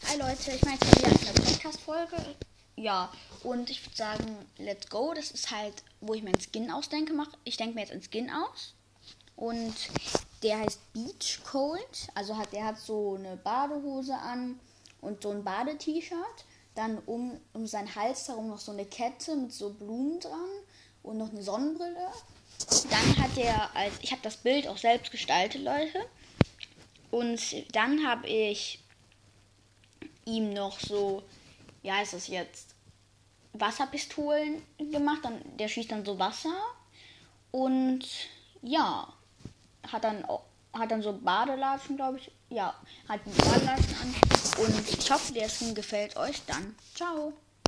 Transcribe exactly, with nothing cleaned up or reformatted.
Hi Leute, ich meine jetzt mal wieder eine Podcast-Folge. Ja, und ich würde sagen, let's go. Das ist halt, wo ich meinen Skin ausdenke. Mach. Ich denke mir jetzt einen Skin aus. Und der heißt Beach Cold. Also hat, der hat so eine Badehose an und so ein Bade-T-Shirt. Dann um, um seinen Hals herum noch so eine Kette mit so Blumen dran und noch eine Sonnenbrille. Dann hat er, als ich habe das Bild auch selbst gestaltet, Leute. Und dann habe ich ihm noch so, wie heißt das jetzt, Wasserpistolen gemacht. Dann, der schießt dann so Wasser. Und ja, hat dann hat dann so Badelatschen, glaube ich. Ja, hat die Badelatschen an. Und ich hoffe, der Skin gefällt euch dann. Ciao.